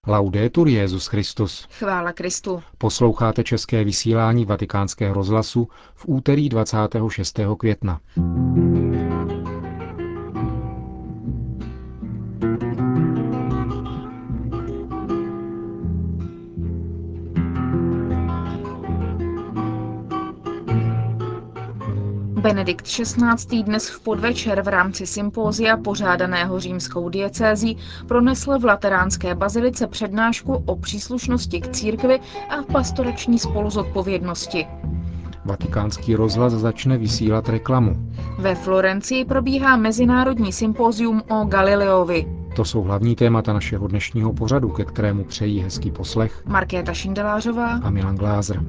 Laudetur Jesus Christus. Chvála Kristu. Posloucháte české vysílání Vatikánského rozhlasu v úterý 26. května. Benedikt XVI. Dnes v podvečer v rámci sympózia pořádaného římskou diecézí pronesl v Lateránské bazilice přednášku o příslušnosti k církvi a pastorační spoluzodpovědnosti. Vatikánský rozhlas začne vysílat reklamu. Ve Florencii probíhá mezinárodní sympózium o Galileovi. To jsou hlavní témata našeho dnešního pořadu, ke kterému přejí hezký poslech Markéta Šindelářová a Milan Glázer.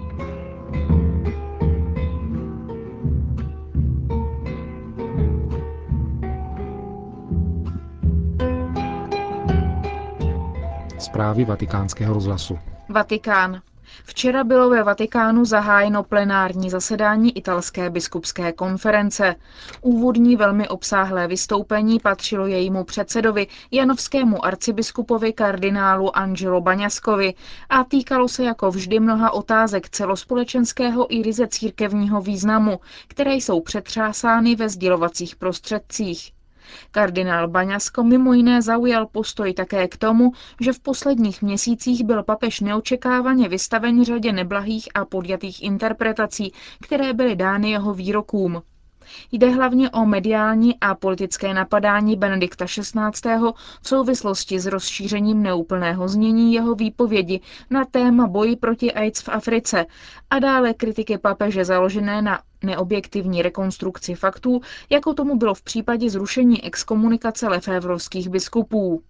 Zprávy Vatikánského rozhlasu. Vatikán. Včera bylo ve Vatikánu zahájeno plenární zasedání italské biskupské konference. Úvodní velmi obsáhlé vystoupení patřilo jejímu předsedovi, janovskému arcibiskupovi kardinálu Angelo Baňaskovi a týkalo se jako vždy mnoha otázek celospolečenského i ryze církevního významu, které jsou přetřásány ve sdělovacích prostředcích. Kardinál Baňasko mimo jiné zaujal postoj také k tomu, že v posledních měsících byl papež neočekávaně vystaven řadě neblahých a podjatých interpretací, které byly dány jeho výrokům. Jde hlavně o mediální a politické napadání Benedikta XVI. V souvislosti s rozšířením neúplného znění jeho výpovědi na téma boji proti AIDS v Africe a dále kritiky papeže založené na neobjektivní rekonstrukci faktů, jako tomu bylo v případě zrušení exkomunikace lefévrovských biskupů.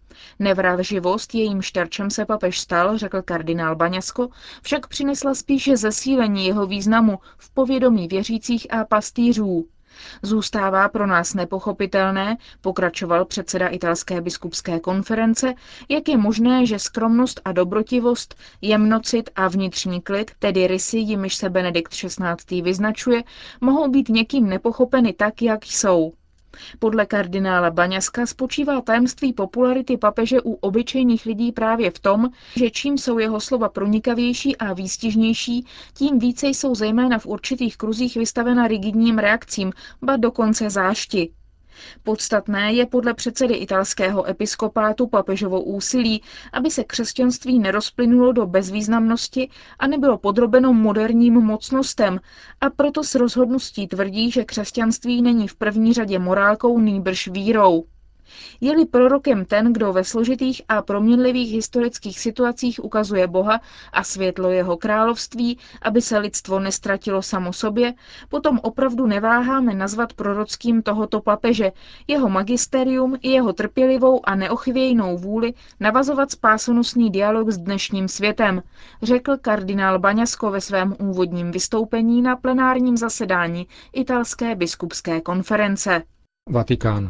Nevraživost, jejímž terčem se papež stal, řekl kardinál Baňasko, však přinesla spíše zesílení jeho významu v povědomí věřících a pastýřů. Zůstává pro nás nepochopitelné, pokračoval předseda italské biskupské konference, jak je možné, že skromnost a dobrotivost, jemnocit a vnitřní klid, tedy rysy, jimiž se Benedikt XVI. Vyznačuje, mohou být někým nepochopeny tak, jak jsou. Podle kardinála Baňaska spočívá tajemství popularity papeže u obyčejných lidí právě v tom, že čím jsou jeho slova pronikavější a výstižnější, tím více jsou zejména v určitých kruzích vystavena rigidním reakcím, ba dokonce zášti. Podstatné je podle předsedy italského episkopátu papežovo úsilí, aby se křesťanství nerozplynulo do bezvýznamnosti a nebylo podrobeno moderním mocnostem, a proto s rozhodností tvrdí, že křesťanství není v první řadě morálkou, nýbrž vírou. Je-li prorokem ten, kdo ve složitých a proměnlivých historických situacích ukazuje Boha a světlo jeho království, aby se lidstvo nestratilo samo sobě, potom opravdu neváháme nazvat prorockým tohoto papeže, jeho magisterium i jeho trpělivou a neochvějnou vůli navazovat spásonosný dialog s dnešním světem, řekl kardinál Baňasko ve svém úvodním vystoupení na plenárním zasedání italské biskupské konference. Vatikán.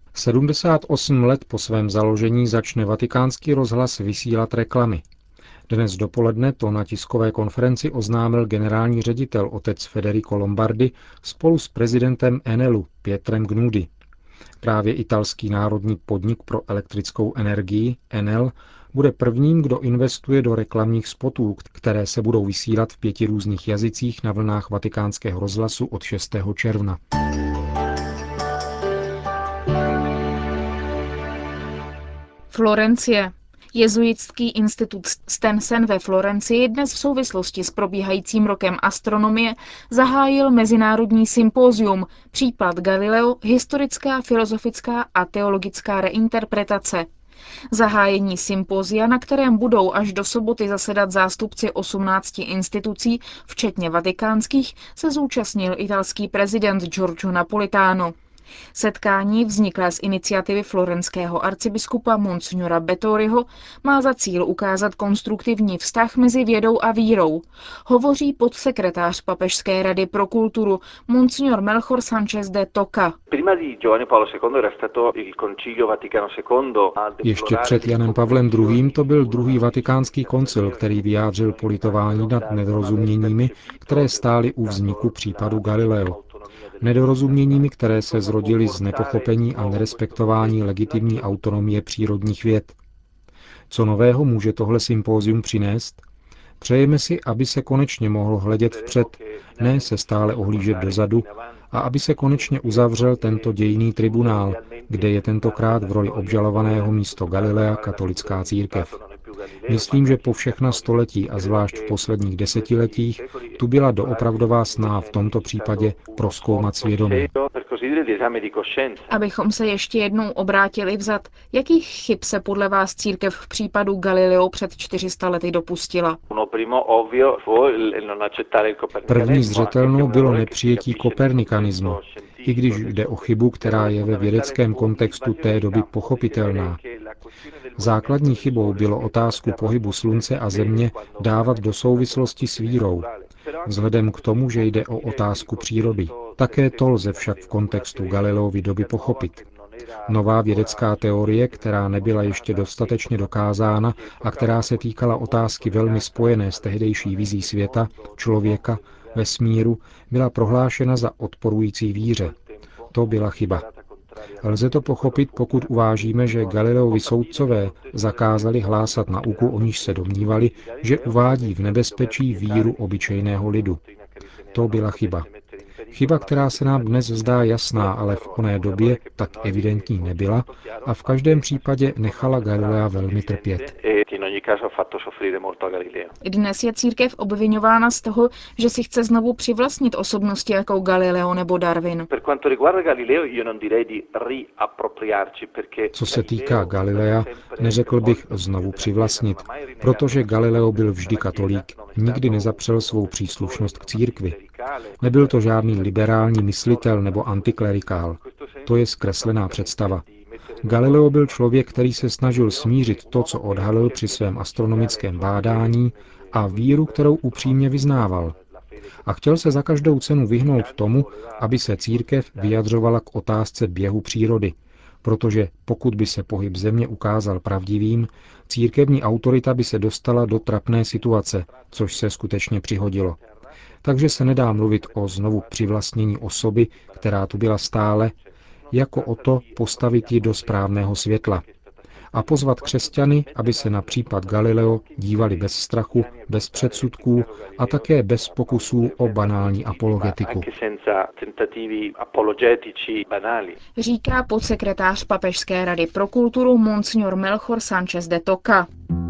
78 let po svém založení začne Vatikánský rozhlas vysílat reklamy. Dnes dopoledne to na tiskové konferenci oznámil generální ředitel otec Federico Lombardi spolu s prezidentem Enelu Pietrem Gnudi. Právě italský národní podnik pro elektrickou energii Enel bude prvním, kdo investuje do reklamních spotů, které se budou vysílat v 5 různých jazycích na vlnách Vatikánského rozhlasu od 6. června. Florencie. Jezuitský institut Stensen ve Florencii dnes v souvislosti s probíhajícím rokem astronomie zahájil mezinárodní sympózium Případ Galileo, historická, filozofická a teologická reinterpretace. Zahájení sympózia, na kterém budou až do soboty zasedat zástupci 18 institucí, včetně vatikánských, se zúčastnil italský prezident Giorgio Napolitano. Setkání, vzniklé z iniciativy florenského arcibiskupa Monsignora Bettoriho, má za cíl ukázat konstruktivní vztah mezi vědou a vírou. Hovoří podsekretář Papežské rady pro kulturu Monsignor Melchor Sanchez de Toca. Ještě před Janem Pavlem II. To byl druhý vatikánský koncil, který vyjádřil politování nad nedorozuměními, které stály u vzniku případu Galileo. Nedorozuměními, které se zrodily z nepochopení a nerespektování legitimní autonomie přírodních věd. Co nového může tohle sympózium přinést? Přejeme si, aby se konečně mohlo hledět vpřed, ne se stále ohlížet dozadu, a aby se konečně uzavřel tento dějinný tribunál, kde je tentokrát v roli obžalovaného místo Galilea katolická církev. Myslím, že po všechna století a zvlášť v posledních desetiletích tu byla doopravdová snaha v tomto případě prozkoumat svědomí. Abychom se ještě jednou obrátili vzad, jakých chyb se podle vás církev v případu Galileo před 400 lety dopustila? První zřetelnou bylo nepřijetí kopernikanismu, i když jde o chybu, která je ve vědeckém kontextu té doby pochopitelná. Základní chybou bylo otázku pohybu slunce a země dávat do souvislosti s vírou, vzhledem k tomu, že jde o otázku přírody. Také to lze však v kontextu Galileovy doby pochopit. Nová vědecká teorie, která nebyla ještě dostatečně dokázána a která se týkala otázky velmi spojené s tehdejší vizí světa, člověka, vesmíru, byla prohlášena za odporující víře. To byla chyba. Lze to pochopit, pokud uvážíme, že Galileovi soudcové zakázali hlásat nauku, o níž se domnívali, že uvádí v nebezpečí víru obyčejného lidu. To byla chyba. Chyba, která se nám dnes zdá jasná, ale v oné době tak evidentní nebyla a v každém případě nechala Galilea velmi trpět. Dnes je církev obviňována z toho, že si chce znovu přivlastnit osobnosti jako Galileo nebo Darwin. Co se týká Galilea, neřekl bych znovu přivlastnit, protože Galileo byl vždy katolík, nikdy nezapřel svou příslušnost k církvi. Nebyl to žádný liberální myslitel nebo antiklerikál. To je zkreslená představa. Galileo byl člověk, který se snažil smířit to, co odhalil při svém astronomickém bádání, a víru, kterou upřímně vyznával. A chtěl se za každou cenu vyhnout tomu, aby se církev vyjadřovala k otázce běhu přírody, protože pokud by se pohyb země ukázal pravdivým, církevní autorita by se dostala do trapné situace, což se skutečně přihodilo. Takže se nedá mluvit o znovu přivlastnění osoby, která tu byla stále, jako o to postavit ji do správného světla a pozvat křesťany, aby se na případ Galileo dívali bez strachu, bez předsudků a také bez pokusů o banální apologetiku. Říká podsekretář Papežské rady pro kulturu Monsignor Melchor Sánchez de Toca.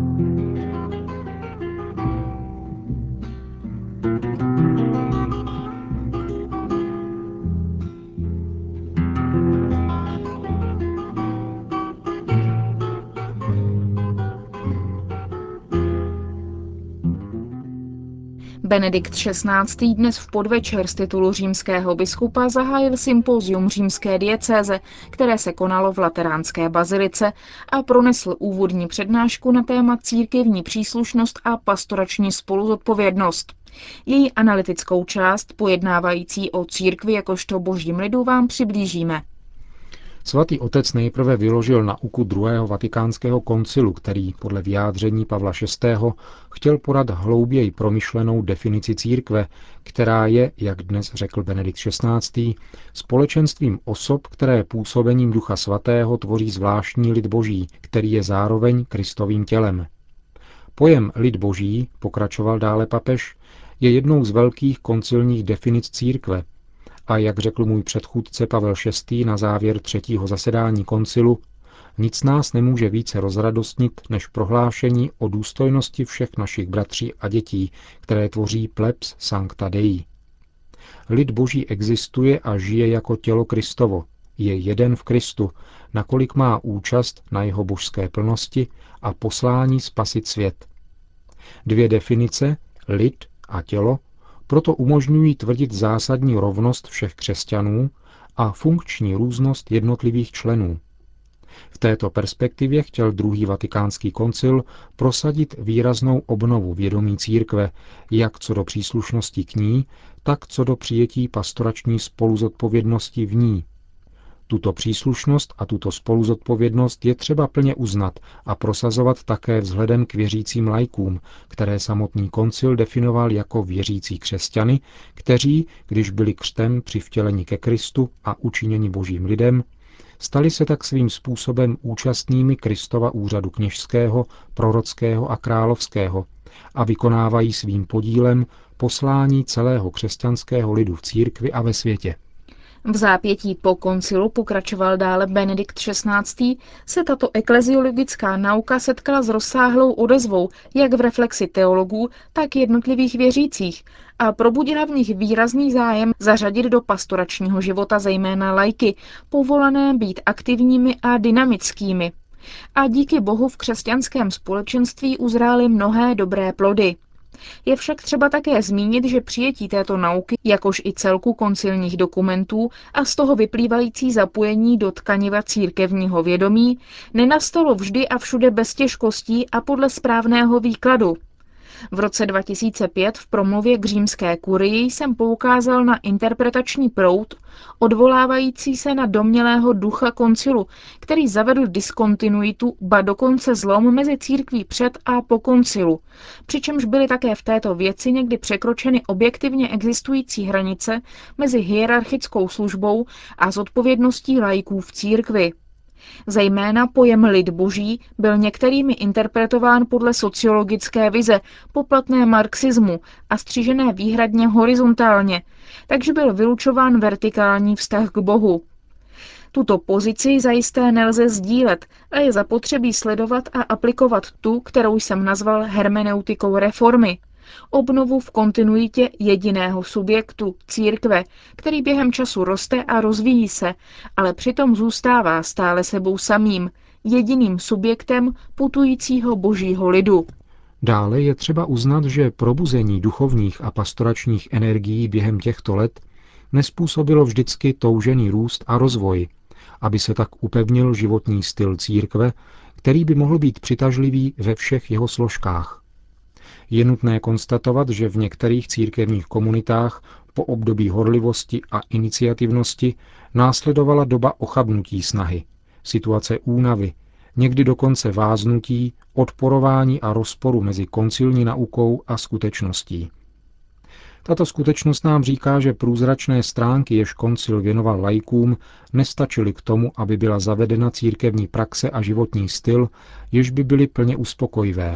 Benedikt XVI. Dnes v podvečer z titulu římského biskupa zahájil sympózium římské diecéze, které se konalo v Lateránské bazilice, a pronesl úvodní přednášku na téma církevní příslušnost a pastorační spoluzodpovědnost. Její analytickou část, pojednávající o církvi jakožto božím lidu, vám přiblížíme. Svatý otec nejprve vyložil nauku druhého vatikánského koncilu, který podle vyjádření Pavla VI. Chtěl podat hlouběji promyšlenou definici církve, která je, jak dnes řekl Benedikt XVI., společenstvím osob, které působením Ducha Svatého tvoří zvláštní lid boží, který je zároveň Kristovým tělem. Pojem lid boží, pokračoval dále papež, je jednou z velkých koncilních definic církve, a jak řekl můj předchůdce Pavel VI. Na závěr třetího zasedání koncilu, nic nás nemůže více rozradostnit než prohlášení o důstojnosti všech našich bratří a dětí, které tvoří plebs sancta Dei. Lid boží existuje a žije jako tělo Kristovo, je jeden v Kristu, nakolik má účast na jeho božské plnosti a poslání spasit svět. Dvě definice, lid a tělo, proto umožňují tvrdit zásadní rovnost všech křesťanů a funkční různost jednotlivých členů. V této perspektivě chtěl druhý vatikánský koncil prosadit výraznou obnovu vědomí církve, jak co do příslušnosti k ní, tak co do přijetí pastorační spoluzodpovědnosti v ní. Tuto příslušnost a tuto spoluzodpovědnost je třeba plně uznat a prosazovat také vzhledem k věřícím laikům, které samotný koncil definoval jako věřící křesťany, kteří, když byli křtem přivtěleni ke Kristu a učiněni božím lidem, Stali se tak svým způsobem účastnými Kristova úřadu kněžského, prorockého a královského a vykonávají svým podílem poslání celého křesťanského lidu v církvi a ve světě. V zápětí po koncilu, pokračoval dále Benedikt XVI., se tato ekleziologická nauka setkala s rozsáhlou odezvou jak v reflexi teologů, tak jednotlivých věřících a probudila v nich výrazný zájem zařadit do pastoračního života zejména laiky, povolané být aktivními a dynamickými. A díky Bohu v křesťanském společenství uzrály mnohé dobré plody. Je však třeba také zmínit, že přijetí této nauky, jakož i celku koncilních dokumentů a z toho vyplývající zapojení do tkaniva církevního vědomí, nenastalo vždy a všude bez těžkostí a podle správného výkladu. V roce 2005 v promluvě k římské kurii jsem poukázal na interpretační proud, odvolávající se na domnělého ducha koncilu, který zavedl diskontinuitu, ba dokonce zlom mezi církví před a po koncilu, přičemž byly také v této věci někdy překročeny objektivně existující hranice mezi hierarchickou službou a zodpovědností laiků v církvi. Zejména pojem lid boží byl některými interpretován podle sociologické vize, poplatné marxismu a střižené výhradně horizontálně, takže byl vylučován vertikální vztah k Bohu. Tuto pozici zajisté nelze sdílet a je zapotřebí sledovat a aplikovat tu, kterou jsem nazval hermeneutikou reformy. Obnovu v kontinuitě jediného subjektu, církve, který během času roste a rozvíjí se, ale přitom zůstává stále sebou samým, jediným subjektem putujícího božího lidu. Dále je třeba uznat, že probuzení duchovních a pastoračních energií během těchto let nezpůsobilo vždycky toužený růst a rozvoj, aby se tak upevnil životní styl církve, který by mohl být přitažlivý ve všech jeho složkách. Je nutné konstatovat, že v některých církevních komunitách po období horlivosti a iniciativnosti následovala doba ochabnutí snahy, situace únavy, někdy dokonce váznutí, odporování a rozporu mezi koncilní naukou a skutečností. Tato skutečnost nám říká, že průzračné stránky, jež koncil věnoval laikům, nestačily k tomu, aby byla zavedena církevní praxe a životní styl, jež by byly plně uspokojivé.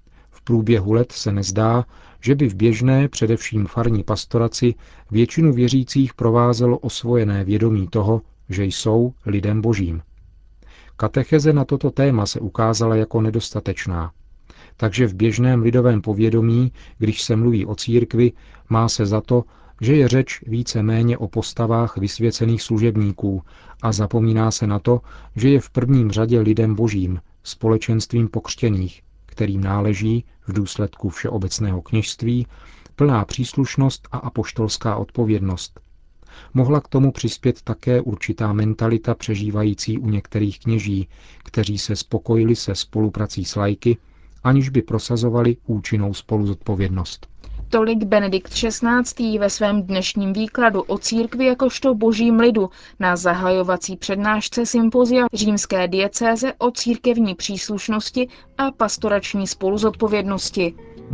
V průběhu let se nezdá, že by v běžné, především farní pastoraci, většinu věřících provázelo osvojené vědomí toho, že jsou lidem božím. Katecheze na toto téma se ukázala jako nedostatečná. Takže v běžném lidovém povědomí, když se mluví o církvi, má se za to, že je řeč více méně o postavách vysvěcených služebníků a zapomíná se na to, že je v prvním řadě lidem božím, společenstvím pokřtěných, kterým náleží v důsledku všeobecného kněžství plná příslušnost a apoštolská odpovědnost. Mohla k tomu přispět také určitá mentalita přežívající u některých kněží, kteří se spokojili se spoluprací s laiky, aniž by prosazovali účinnou spoluzodpovědnost. Tolik Benedikt XVI. Ve svém dnešním výkladu o církvi jakožto božím lidu na zahajovací přednášce sympozia římské diecéze o církevní příslušnosti a pastorační spoluzodpovědnosti.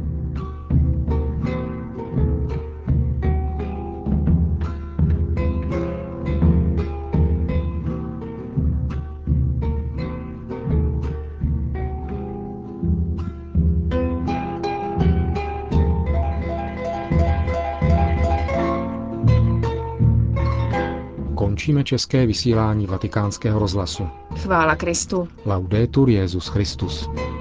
Končíme české vysílání Vatikánského rozhlasu. Chvála Kristu. Laudetur Jesus Christus.